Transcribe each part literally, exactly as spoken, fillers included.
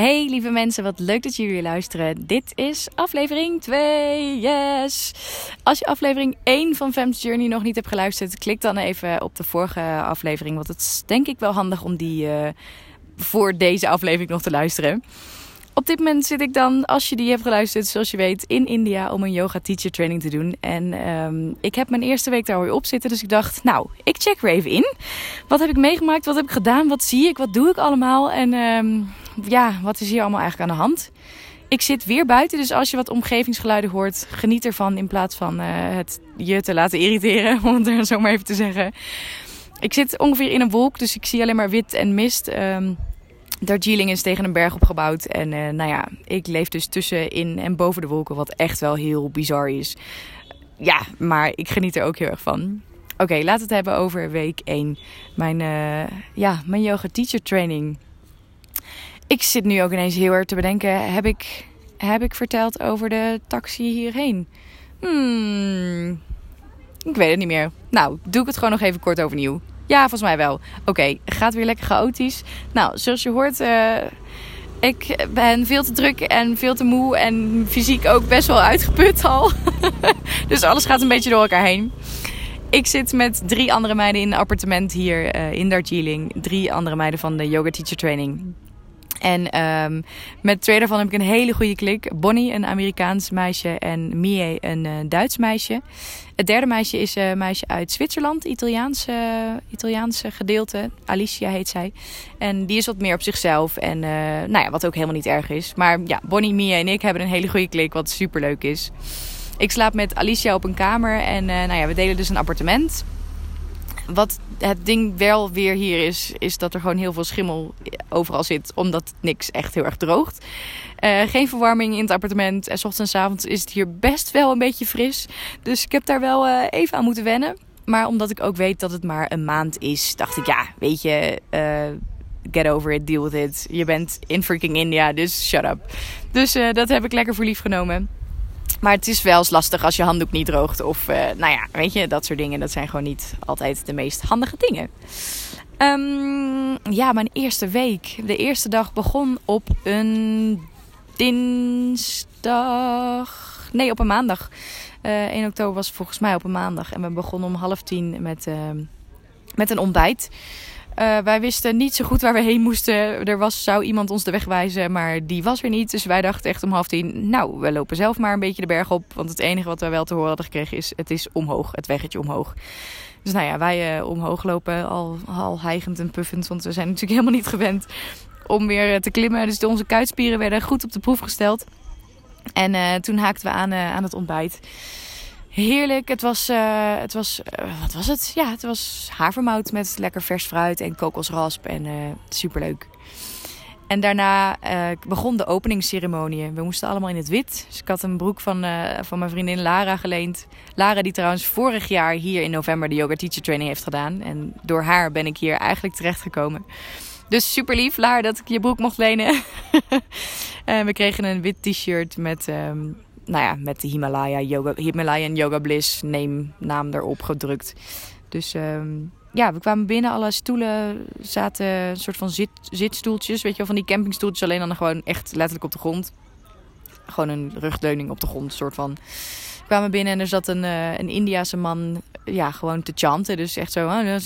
Hey lieve mensen, wat leuk dat jullie weer luisteren. Dit is aflevering twee, yes! Als je aflevering één van Fem's Journey nog niet hebt geluisterd, klik dan even op de vorige aflevering. Want het is denk ik wel handig om die uh, voor deze aflevering nog te luisteren. Op dit moment zit ik dan, als je die hebt geluisterd, zoals je weet, in India om een yoga teacher training te doen. En um, ik heb mijn eerste week daar alweer op zitten, dus ik dacht, nou, ik check er even in. Wat heb ik meegemaakt, wat heb ik gedaan, wat zie ik, wat doe ik allemaal en um, ja, wat is hier allemaal eigenlijk aan de hand? Ik zit weer buiten, dus als je wat omgevingsgeluiden hoort, geniet ervan in plaats van uh, het je te laten irriteren, om het er zo maar even te zeggen. Ik zit ongeveer in een wolk, dus ik zie alleen maar wit en mist. Um, Darjeeling is tegen een berg opgebouwd. En uh, nou ja, ik leef dus tussen in en boven de wolken. Wat echt wel heel bizar is. Ja, maar ik geniet er ook heel erg van. Oké, okay, laten we het hebben over week één. Mijn, uh, ja, mijn yoga teacher training. Ik zit nu ook ineens heel erg te bedenken. Heb ik, heb ik verteld over de taxi hierheen? Hmm, ik weet het niet meer. Nou, doe ik het gewoon nog even kort overnieuw. Ja, volgens mij wel. Oké, okay, gaat weer lekker chaotisch. Nou, zoals je hoort, uh, ik ben veel te druk en veel te moe en fysiek ook best wel uitgeput al. Dus alles gaat een beetje door elkaar heen. Ik zit met drie andere meiden in een appartement hier uh, in Darjeeling. Drie andere meiden van de yoga teacher training. En um, met twee daarvan heb ik een hele goede klik. Bonnie, een Amerikaans meisje, en Mie, een uh, Duits meisje. Het derde meisje is een meisje uit Zwitserland, Italiaanse, Italiaanse gedeelte. Alicia heet zij. En die is wat meer op zichzelf. En uh, nou ja, wat ook helemaal niet erg is. Maar ja, Bonnie, Mie en ik hebben een hele goede klik, wat superleuk is. Ik slaap met Alicia op een kamer en uh, nou ja, we delen dus een appartement. Wat het ding wel weer hier is, is dat er gewoon heel veel schimmel overal zit. Omdat niks echt heel erg droogt. Uh, geen verwarming in het appartement. En 's ochtends en 's avonds is het hier best wel een beetje fris. Dus ik heb daar wel uh, even aan moeten wennen. Maar omdat ik ook weet dat het maar een maand is, dacht ik, ja, weet je, uh, get over it, deal with it. Je bent in freaking India, dus shut up. Dus uh, dat heb ik lekker voor lief genomen. Maar het is wel eens lastig als je handdoek niet droogt. Of uh, nou ja, weet je, dat soort dingen. Dat zijn gewoon niet altijd de meest handige dingen. Um, ja, mijn eerste week. De eerste dag begon op een dinsdag. Nee, op een maandag. Uh, één oktober was volgens mij op een maandag. En we begonnen om half tien met, uh, met een ontbijt. Uh, wij wisten niet zo goed waar we heen moesten. Er was, zou iemand ons de weg wijzen, maar die was er niet. Dus wij dachten echt om half tien, nou, we lopen zelf maar een beetje de berg op. Want het enige wat wij wel te horen hadden gekregen is, het is omhoog, het weggetje omhoog. Dus nou ja, wij uh, omhoog lopen, al, al hijgend en puffend. Want we zijn natuurlijk helemaal niet gewend om weer uh, te klimmen. Dus onze kuitspieren werden goed op de proef gesteld. En uh, toen haakten we aan, uh, aan het ontbijt. Heerlijk. Het was, uh, het was uh, wat was het? Ja, het was havermout met lekker vers fruit en kokosrasp en uh, superleuk. En daarna uh, begon de openingsceremonie. We moesten allemaal in het wit. Dus ik had een broek van, uh, van mijn vriendin Lara geleend. Lara die trouwens vorig jaar hier in november de yoga teacher training heeft gedaan. En door haar ben ik hier eigenlijk terechtgekomen. Dus super lief, Lara, dat ik je broek mocht lenen. En we kregen een wit t-shirt met... Um, Nou ja, met de Himalaya Yoga, Himalayan Yoga Bliss name, naam erop gedrukt. Dus um, ja, we kwamen binnen. Alle stoelen zaten een soort van zit, zitstoeltjes. Weet je wel, van die campingstoeltjes. Alleen dan gewoon echt letterlijk op de grond. Gewoon een rugleuning op de grond, soort van. We kwamen binnen en er zat een, uh, een Indiase man, ja, gewoon te chanten. Dus echt zo... Nou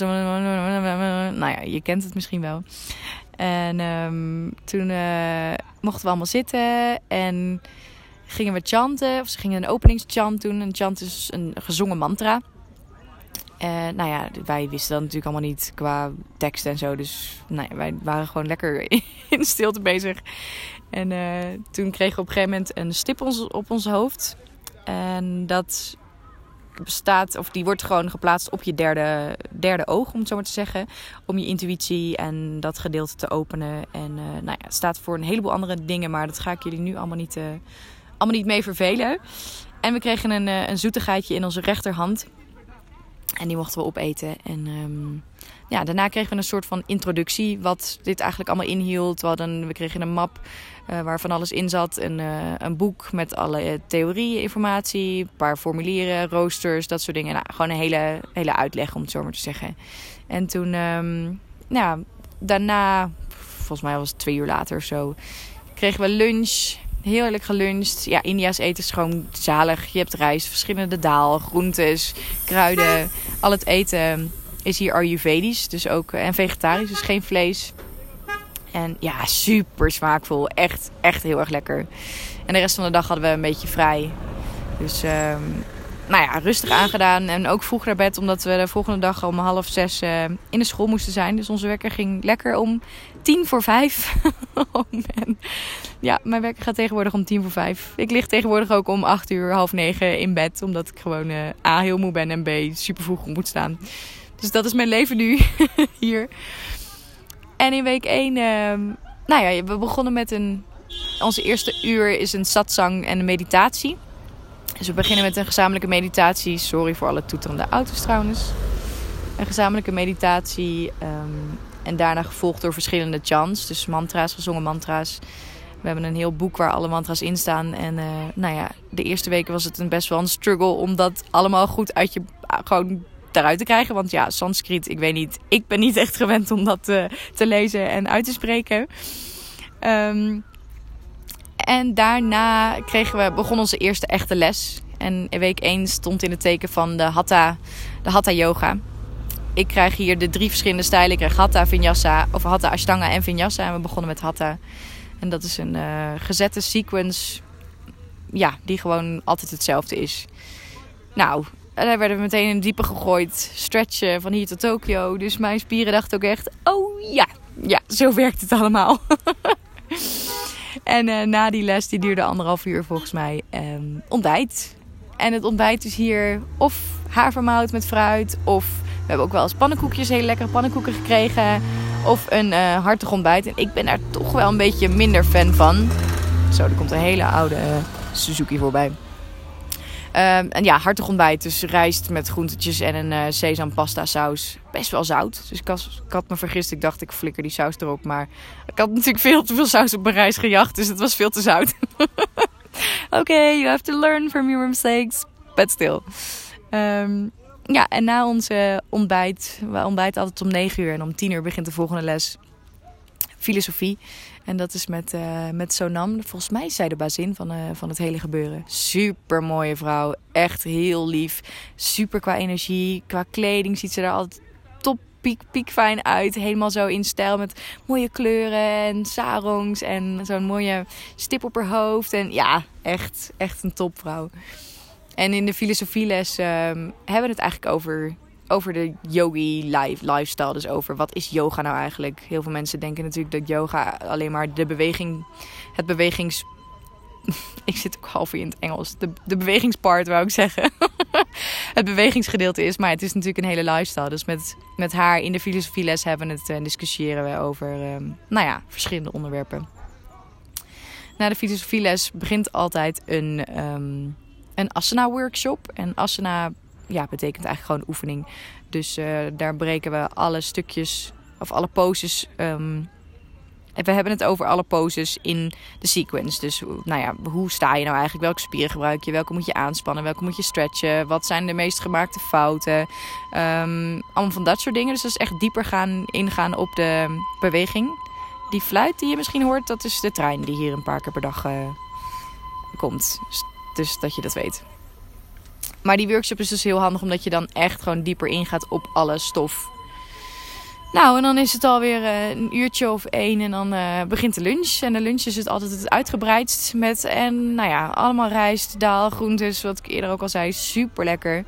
ja, je kent het misschien wel. En um, toen uh, mochten we allemaal zitten en... gingen we chanten, of ze gingen een openingschant doen. Een chant is een gezongen mantra. Uh, nou ja, wij wisten dat natuurlijk allemaal niet qua tekst en zo. Dus nou ja, wij waren gewoon lekker in stilte bezig. En uh, toen kregen we op een gegeven moment een stip ons, op ons hoofd. En dat bestaat, of die wordt gewoon geplaatst op je derde, derde oog, om het zo maar te zeggen. Om je intuïtie en dat gedeelte te openen. En uh, nou ja, het staat voor een heleboel andere dingen, maar dat ga ik jullie nu allemaal niet... Uh, Allemaal niet mee vervelen. En we kregen een, een zoetigheidje in onze rechterhand. En die mochten we opeten. En um, ja, daarna kregen we een soort van introductie. Wat dit eigenlijk allemaal inhield. We, hadden, we kregen een map uh, waar van alles in zat. Een, uh, een boek met alle uh, theorieën, informatie. Een paar formulieren, roosters, dat soort dingen. Nou, gewoon een hele, hele uitleg, om het zo maar te zeggen. En toen, um, ja, daarna, volgens mij was het twee uur later of zo... kregen we lunch. Heerlijk geluncht. Ja, India's eten is gewoon zalig. Je hebt rijst, verschillende daal, groentes, kruiden. Al het eten is hier Ayurvedisch. Dus ook, en vegetarisch, dus geen vlees. En ja, super smaakvol. Echt, echt heel erg lekker. En de rest van de dag hadden we een beetje vrij. Dus, um, nou ja, rustig aangedaan. En ook vroeg naar bed, omdat we de volgende dag om half zes uh, in de school moesten zijn. Dus onze wekker ging lekker om tien voor vijf. Oh man. Ja, mijn wekker gaat tegenwoordig om tien voor vijf. Ik lig tegenwoordig ook om acht uur, half negen in bed. Omdat ik gewoon uh, A, heel moe ben en B, super vroeg op moet staan. Dus dat is mijn leven nu hier. En in week één, uh, nou ja, we begonnen met een... Onze eerste uur is een satsang en een meditatie. Dus we beginnen met een gezamenlijke meditatie. Sorry voor alle toeterende auto's trouwens. Een gezamenlijke meditatie. Um, en daarna gevolgd door verschillende chants. Dus mantra's, gezongen mantra's. We hebben een heel boek waar alle mantra's in staan. En uh, nou ja, de eerste weken was het een best wel een struggle om dat allemaal goed uit je... gewoon daaruit te krijgen. Want ja, Sanskriet, ik weet niet. Ik ben niet echt gewend om dat uh, te lezen en uit te spreken. Um, en daarna kregen we, begon onze eerste echte les. En in week één stond in het teken van de Hatha, de Hatha Yoga. Ik krijg hier de drie verschillende stijlen. Ik krijg Hatha, Vinyasa, of Hatha, Ashtanga en Vinyasa. En we begonnen met Hatha. En dat is een uh, gezette sequence, ja, die gewoon altijd hetzelfde is. Nou, daar werden we meteen in het diepe gegooid. Stretchen van hier tot Tokio. Dus mijn spieren dachten ook echt, oh ja, ja, zo werkt het allemaal. En uh, na die les, die duurde anderhalf uur volgens mij, um, ontbijt. En het ontbijt is hier of havermout met fruit. Of we hebben ook wel eens pannenkoekjes, hele lekkere pannenkoeken gekregen. Of een uh, hartig ontbijt. En ik ben daar toch wel een beetje minder fan van. Zo, er komt een hele oude uh, Suzuki voorbij. Um, en ja, hartig ontbijt. Dus rijst met groentetjes en een uh, sesampasta saus. Best wel zout. Dus ik had, ik had me vergist. Ik dacht, ik flikker die saus erop. Maar ik had natuurlijk veel te veel saus op mijn reis gejaagd. Dus het was veel te zout. Oké, okay, you have to learn from your mistakes. But still. Um, ja, en na onze ontbijt. We ontbijten altijd om negen uur. En om tien uur begint de volgende les. Filosofie. En dat is met, uh, met Sonam. Volgens mij is zij de bazin van, uh, van het hele gebeuren. Super mooie vrouw. Echt heel lief. Super qua energie. Qua kleding ziet ze er altijd top piek, piekfijn uit. Helemaal zo in stijl met mooie kleuren en sarongs. En zo'n mooie stip op haar hoofd. En ja, echt, echt een topvrouw. En in de filosofieles um, hebben we het eigenlijk over... Over de yogi life, lifestyle. Dus over wat is yoga nou eigenlijk? Heel veel mensen denken natuurlijk dat yoga alleen maar de beweging... Het bewegings... Ik zit ook half in het Engels. De, de bewegingspart wou ik zeggen. Het bewegingsgedeelte is. Maar het is natuurlijk een hele lifestyle. Dus met, met haar in de filosofieles hebben we het en discussiëren we over... Um, nou ja, verschillende onderwerpen. Na de filosofieles begint altijd een, um, een asana workshop. En asana... Ja, betekent eigenlijk gewoon oefening. Dus uh, daar breken we alle stukjes of alle poses. Um, en we hebben het over alle poses in de sequence. Dus nou ja, hoe sta je nou eigenlijk? Welke spieren gebruik je? Welke moet je aanspannen? Welke moet je stretchen? Wat zijn de meest gemaakte fouten? Um, allemaal van dat soort dingen. Dus dat is echt dieper gaan ingaan op de beweging. Die fluit die je misschien hoort, dat is de trein die hier een paar keer per dag uh, komt. Dus, dus dat je dat weet. Maar die workshop is dus heel handig, omdat je dan echt gewoon dieper ingaat op alle stof. Nou, en dan is het alweer uh, een uurtje of één en dan uh, begint de lunch. En de lunch is het altijd het uitgebreidst met, en nou ja, allemaal rijst, daal, groentes, wat ik eerder ook al zei, super lekker.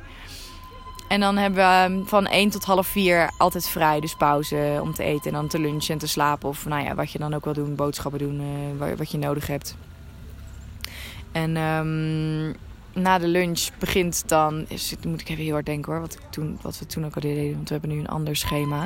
En dan hebben we um, van één tot half vier altijd vrij, dus pauze om te eten en dan te lunchen en te slapen. Of nou ja, wat je dan ook wil doen, boodschappen doen, uh, wat je nodig hebt. En... Um, Na de lunch begint dan... Is, moet ik even heel hard denken hoor. Wat, ik toen, wat we toen ook al deden. Want we hebben nu een ander schema.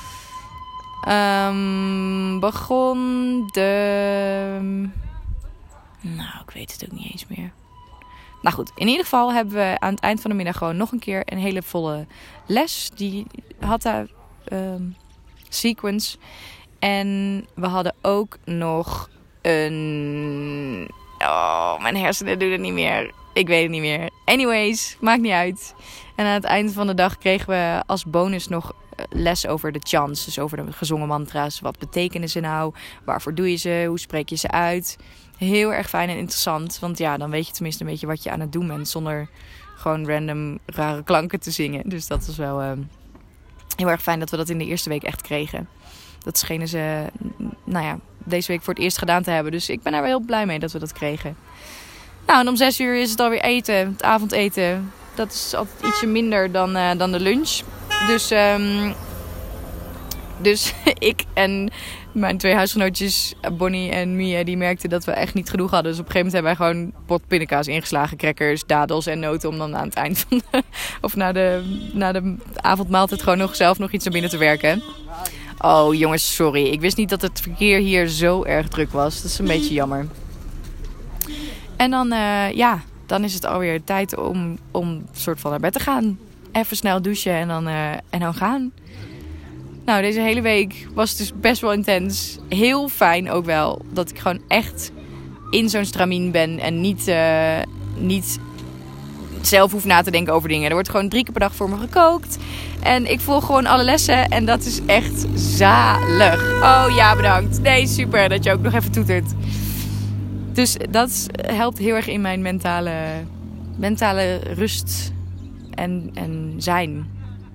Um, begon de... Nou, ik weet het ook niet eens meer. Nou goed, in ieder geval hebben we aan het eind van de middag gewoon nog een keer een hele volle les. Die Hatha um, sequence. En we hadden ook nog een... Oh, mijn hersenen doen het niet meer. Ik weet het niet meer. Anyways, maakt niet uit. En aan het eind van de dag kregen we als bonus nog les over de chants. Dus over de gezongen mantra's. Wat betekenen ze nou? Waarvoor doe je ze? Hoe spreek je ze uit? Heel erg fijn en interessant. Want ja, dan weet je tenminste een beetje wat je aan het doen bent. Zonder gewoon random rare klanken te zingen. Dus dat is wel uh, heel erg fijn dat we dat in de eerste week echt kregen. Dat schenen ze, nou ja, deze week voor het eerst gedaan te hebben. Dus ik ben daar wel heel blij mee dat we dat kregen. Nou, en om zes uur is het alweer eten. Het avondeten. Dat is altijd ietsje minder dan, uh, dan de lunch. Dus, um, dus ik en mijn twee huisgenootjes, Bonnie en Mia, die merkten dat we echt niet genoeg hadden. Dus op een gegeven moment hebben wij gewoon pot pindakaas ingeslagen, crackers, dadels en noten. Om dan aan het eind van de, of na de, na de avondmaaltijd gewoon nog zelf nog iets naar binnen te werken. Oh jongens, sorry. Ik wist niet dat het verkeer hier zo erg druk was. Dat is een beetje jammer. En dan, uh, ja, dan is het alweer tijd om, om soort van naar bed te gaan. Even snel douchen en dan, uh, en dan gaan. Nou, deze hele week was dus best wel intens. Heel fijn ook wel dat ik gewoon echt in zo'n stramien ben. En niet, uh, niet zelf hoef na te denken over dingen. Er wordt gewoon drie keer per dag voor me gekookt. En ik volg gewoon alle lessen. En dat is echt zalig. Oh ja, bedankt. Nee, super dat je ook nog even toetert. Dus dat helpt heel erg in mijn mentale, mentale rust en, en zijn.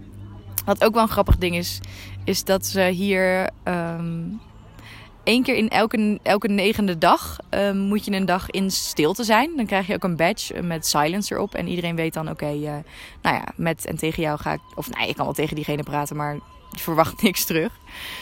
Wat ook wel een grappig ding is, is dat ze hier um, één keer in elke, elke negende dag um, moet je een dag in stilte zijn. Dan krijg je ook een badge met silence erop. En iedereen weet dan, oké, okay, uh, nou ja, met en tegen jou ga ik... Of nee, ik kan wel tegen diegene praten, maar je verwacht niks terug.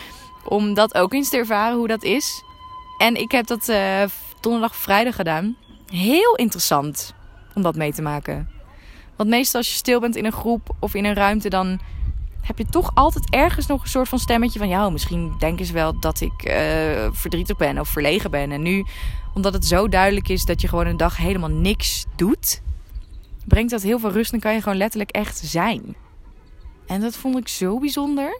Om dat ook eens te ervaren, hoe dat is. En ik heb dat uh, donderdag of vrijdag gedaan. Heel interessant om dat mee te maken. Want meestal als je stil bent in een groep of in een ruimte, dan heb je toch altijd ergens nog een soort van stemmetje van, ja, misschien denken ze wel dat ik uh, verdrietig ben of verlegen ben. En nu, omdat het zo duidelijk is dat je gewoon een dag helemaal niks doet, brengt dat heel veel rust en kan je gewoon letterlijk echt zijn. En dat vond ik zo bijzonder.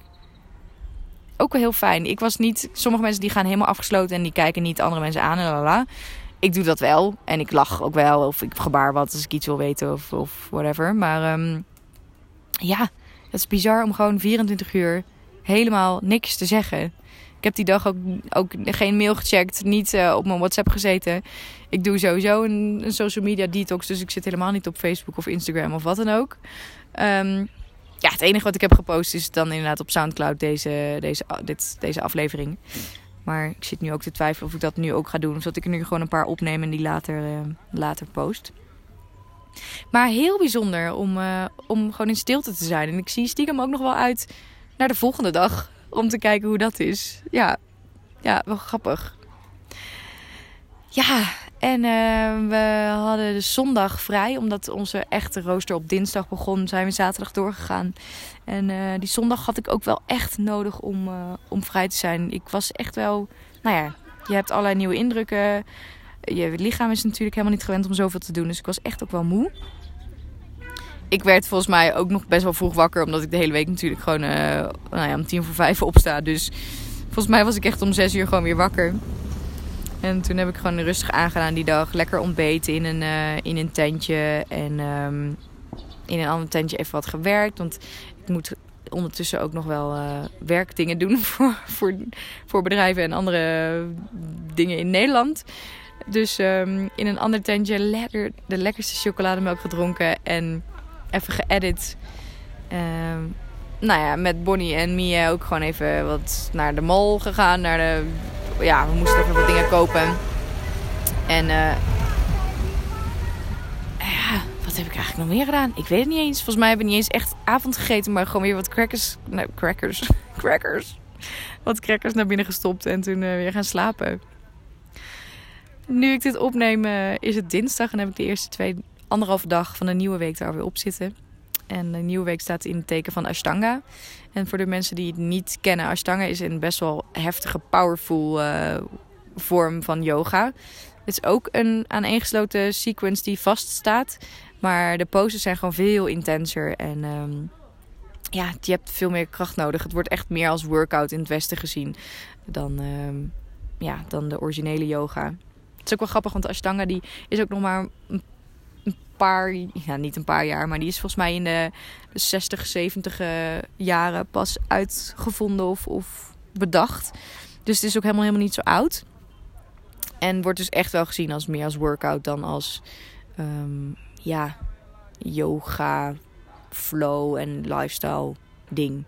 Ook wel heel fijn. Ik was niet, sommige mensen die gaan helemaal afgesloten en die kijken niet andere mensen aan en lalala. Ik doe dat wel. En ik lach ook wel. Of ik gebaar wat als ik iets wil weten of, of whatever. Maar um, ja, het is bizar om gewoon vierentwintig uur helemaal niks te zeggen. Ik heb die dag ook, ook geen mail gecheckt. Niet uh, op mijn WhatsApp gezeten. Ik doe sowieso een, een social media detox. Dus ik zit helemaal niet op Facebook of Instagram of wat dan ook. Um, ja, het enige wat ik heb gepost is dan inderdaad op Soundcloud deze, deze, dit, deze aflevering. Maar ik zit nu ook te twijfelen of ik dat nu ook ga doen. Of dat ik er nu gewoon een paar opneem en die later, uh, later post. Maar heel bijzonder om, uh, om gewoon in stilte te zijn. En ik zie stiekem ook nog wel uit naar de volgende dag. Om te kijken hoe dat is. Ja, ja, wel grappig. Ja, en uh, we hadden de zondag vrij. Omdat onze echte rooster op dinsdag begon, zijn we zaterdag doorgegaan. En uh, die zondag had ik ook wel echt nodig om, uh, om vrij te zijn. Ik was echt wel, nou ja, je hebt allerlei nieuwe indrukken. Je lichaam is natuurlijk helemaal niet gewend om zoveel te doen. Dus ik was echt ook wel moe. Ik werd volgens mij ook nog best wel vroeg wakker. Omdat ik de hele week natuurlijk gewoon uh, nou ja, om tien voor vijf opsta. Dus volgens mij was ik echt om zes uur gewoon weer wakker. En toen heb ik gewoon rustig aangedaan die dag. Lekker ontbeten in een, uh, in een tentje. En um, in een ander tentje even wat gewerkt. Want ik moet ondertussen ook nog wel uh, werkdingen doen voor, voor, voor bedrijven en andere dingen in Nederland. Dus um, in een ander tentje lekker de lekkerste chocolademelk gedronken. En even geëdit. Um, nou ja, met Bonnie en Mia ook gewoon even wat naar de mall gegaan. Naar de, ja, we moesten even wat dingen kopen. En uh, ja, wat heb ik eigenlijk nog meer gedaan? Ik weet het niet eens. Volgens mij hebben we niet eens echt avond gegeten. Maar gewoon weer wat crackers. Nee, crackers. crackers. Wat crackers naar binnen gestopt. En toen uh, weer gaan slapen. Nu ik dit opneem uh, is het dinsdag. En heb ik de eerste twee, anderhalve dag van de nieuwe week daar weer op zitten. En de nieuwe week staat in het teken van Ashtanga. En voor de mensen die het niet kennen, Ashtanga is een best wel heftige, powerful uh, vorm van yoga. Het is ook een aaneengesloten sequence die vaststaat. Maar de poses zijn gewoon veel intenser. En um, ja, je hebt veel meer kracht nodig. Het wordt echt meer als workout in het Westen gezien dan, um, ja, dan de originele yoga. Het is ook wel grappig, want de Ashtanga die is ook nog maar een paar, ja niet een paar jaar, maar die is volgens mij in de, de zestig, zeventig uh, jaren pas uitgevonden of, of bedacht. Dus het is ook helemaal, helemaal niet zo oud. En wordt dus echt wel gezien als meer als workout dan als um, ja, yoga, flow en lifestyle ding.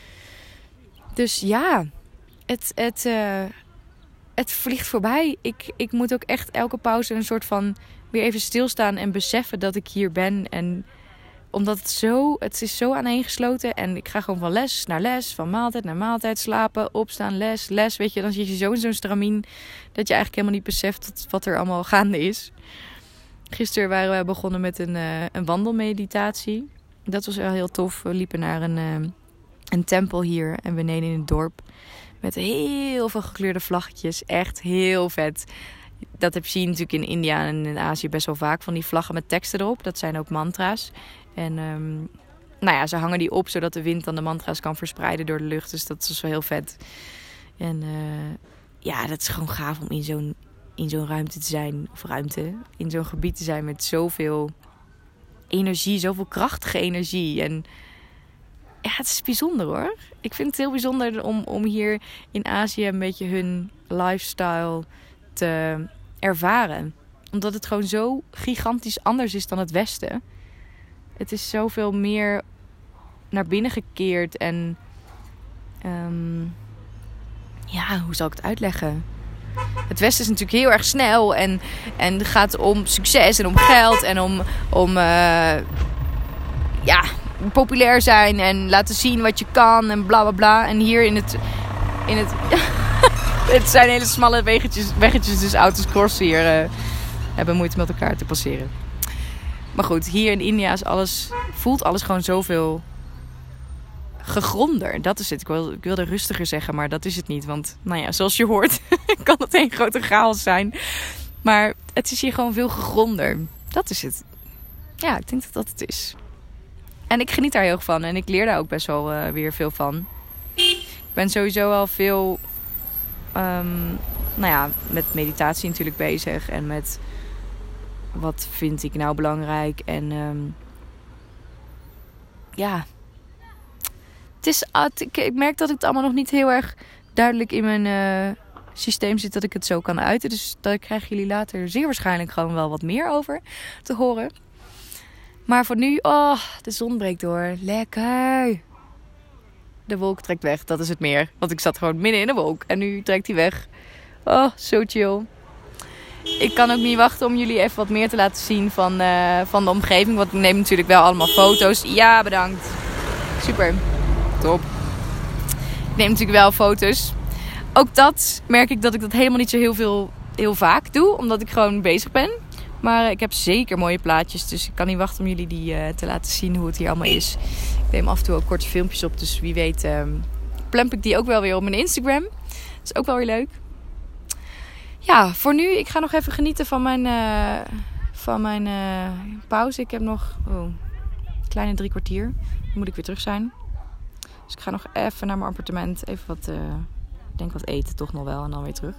Dus ja, het, het, uh, het vliegt voorbij. Ik, ik moet ook echt elke pauze een soort van weer even stilstaan en beseffen dat ik hier ben. En omdat het zo, het is zo aaneengesloten. En ik ga gewoon van les naar les, van maaltijd naar maaltijd, slapen, opstaan, les, les. Weet je, dan zit je zo in zo'n stramien dat je eigenlijk helemaal niet beseft wat er allemaal gaande is. Gisteren waren we begonnen met een, uh, een wandelmeditatie. Dat was wel heel tof. We liepen naar een, uh, een tempel hier en beneden in het dorp. Met heel veel gekleurde vlaggetjes. Echt heel vet. Dat heb je natuurlijk in India en in Azië best wel vaak. Van die vlaggen met teksten erop. Dat zijn ook mantra's. En um, nou ja, ze hangen die op zodat de wind dan de mantra's kan verspreiden door de lucht. Dus dat is wel heel vet. En uh, ja, dat is gewoon gaaf om in zo'n, in zo'n ruimte te zijn. Of ruimte. In zo'n gebied te zijn met zoveel energie. Zoveel krachtige energie. En ja, het is bijzonder hoor. Ik vind het heel bijzonder om, om hier in Azië een beetje hun lifestyle te ervaren. Omdat het gewoon zo gigantisch anders is dan het Westen. Het is zoveel meer naar binnen gekeerd. En um, ja, hoe zal ik het uitleggen? Het Westen is natuurlijk heel erg snel. En, en het gaat om succes en om geld. En om, om uh, ja, populair zijn. En laten zien wat je kan. En bla bla bla. En hier in het... In het het zijn hele smalle weggetjes, weggetjes. Dus auto's crossen hier uh, hebben moeite met elkaar te passeren. Maar goed, hier in India is alles, voelt alles gewoon zoveel gegronder. Dat is het. Ik wilde, ik wilde rustiger zeggen, maar dat is het niet. Want, nou ja, zoals je hoort, kan het een grote chaos zijn. Maar het is hier gewoon veel gegronder. Dat is het. Ja, ik denk dat dat het is. En ik geniet daar heel erg van. En ik leer daar ook best wel uh, weer veel van. Ik ben sowieso al veel um, nou ja, met meditatie natuurlijk bezig. En met wat vind ik nou belangrijk. En um, ja, het is, ik, ik merk dat ik het allemaal nog niet heel erg duidelijk in mijn uh, systeem zit dat ik het zo kan uiten. Dus daar krijgen jullie later zeer waarschijnlijk gewoon wel wat meer over te horen. Maar voor nu, oh, de zon breekt door. Lekker. De wolk trekt weg, dat is het meer. Want ik zat gewoon midden in de wolk en nu trekt hij weg. Oh, zo chill. Ik kan ook niet wachten om jullie even wat meer te laten zien van, uh, van de omgeving. Want ik neem natuurlijk wel allemaal foto's. Ja, bedankt. Super. Top. Ik neem natuurlijk wel foto's. Ook dat merk ik dat ik dat helemaal niet zo heel veel, heel vaak doe. Omdat ik gewoon bezig ben. Maar ik heb zeker mooie plaatjes. Dus ik kan niet wachten om jullie die uh, te laten zien hoe het hier allemaal is. Ik neem af en toe ook korte filmpjes op. Dus wie weet uh, plump ik die ook wel weer op mijn Instagram. Dat is ook wel weer leuk. Ja, voor nu. Ik ga nog even genieten van mijn, uh, van mijn uh, pauze. Ik heb nog oh, een kleine drie kwartier. Dan moet ik weer terug zijn. Dus ik ga nog even naar mijn appartement. Even wat, uh, ik denk wat eten toch nog wel. En dan weer terug.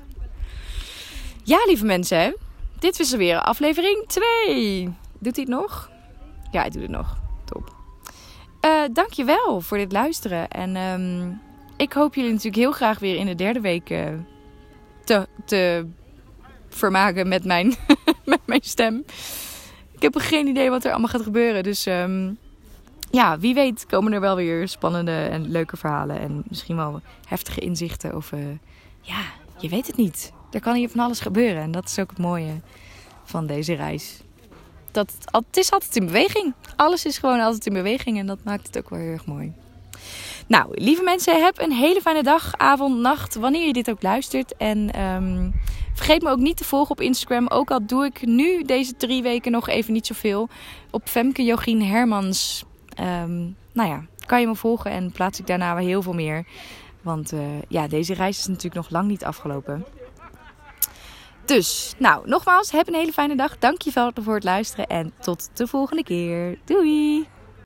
Ja, lieve mensen. Hè? Dit was er weer. Aflevering twee. Doet hij het nog? Ja, hij doet het nog. Top. Uh, dankjewel voor dit luisteren. En um, ik hoop jullie natuurlijk heel graag weer in de derde week uh, te, te vermaken met mijn, met mijn stem. Ik heb geen idee wat er allemaal gaat gebeuren. Dus um, ja, wie weet komen er wel weer spannende en leuke verhalen. En misschien wel heftige inzichten. Of uh, ja, je weet het niet. Er kan hier van alles gebeuren. En dat is ook het mooie van deze reis. Dat het, het is altijd in beweging. Alles is gewoon altijd in beweging. En dat maakt het ook wel heel erg mooi. Nou, lieve mensen, heb een hele fijne dag, avond, nacht. Wanneer je dit ook luistert. En um, vergeet me ook niet te volgen op Instagram. Ook al doe ik nu deze drie weken nog even niet zoveel. Op Femke Jogien Hermans. Um, nou ja, kan je me volgen. En plaats ik daarna weer heel veel meer. Want uh, ja, deze reis is natuurlijk nog lang niet afgelopen. Dus, nou, nogmaals, heb een hele fijne dag. Dank je wel voor het luisteren en tot de volgende keer. Doei!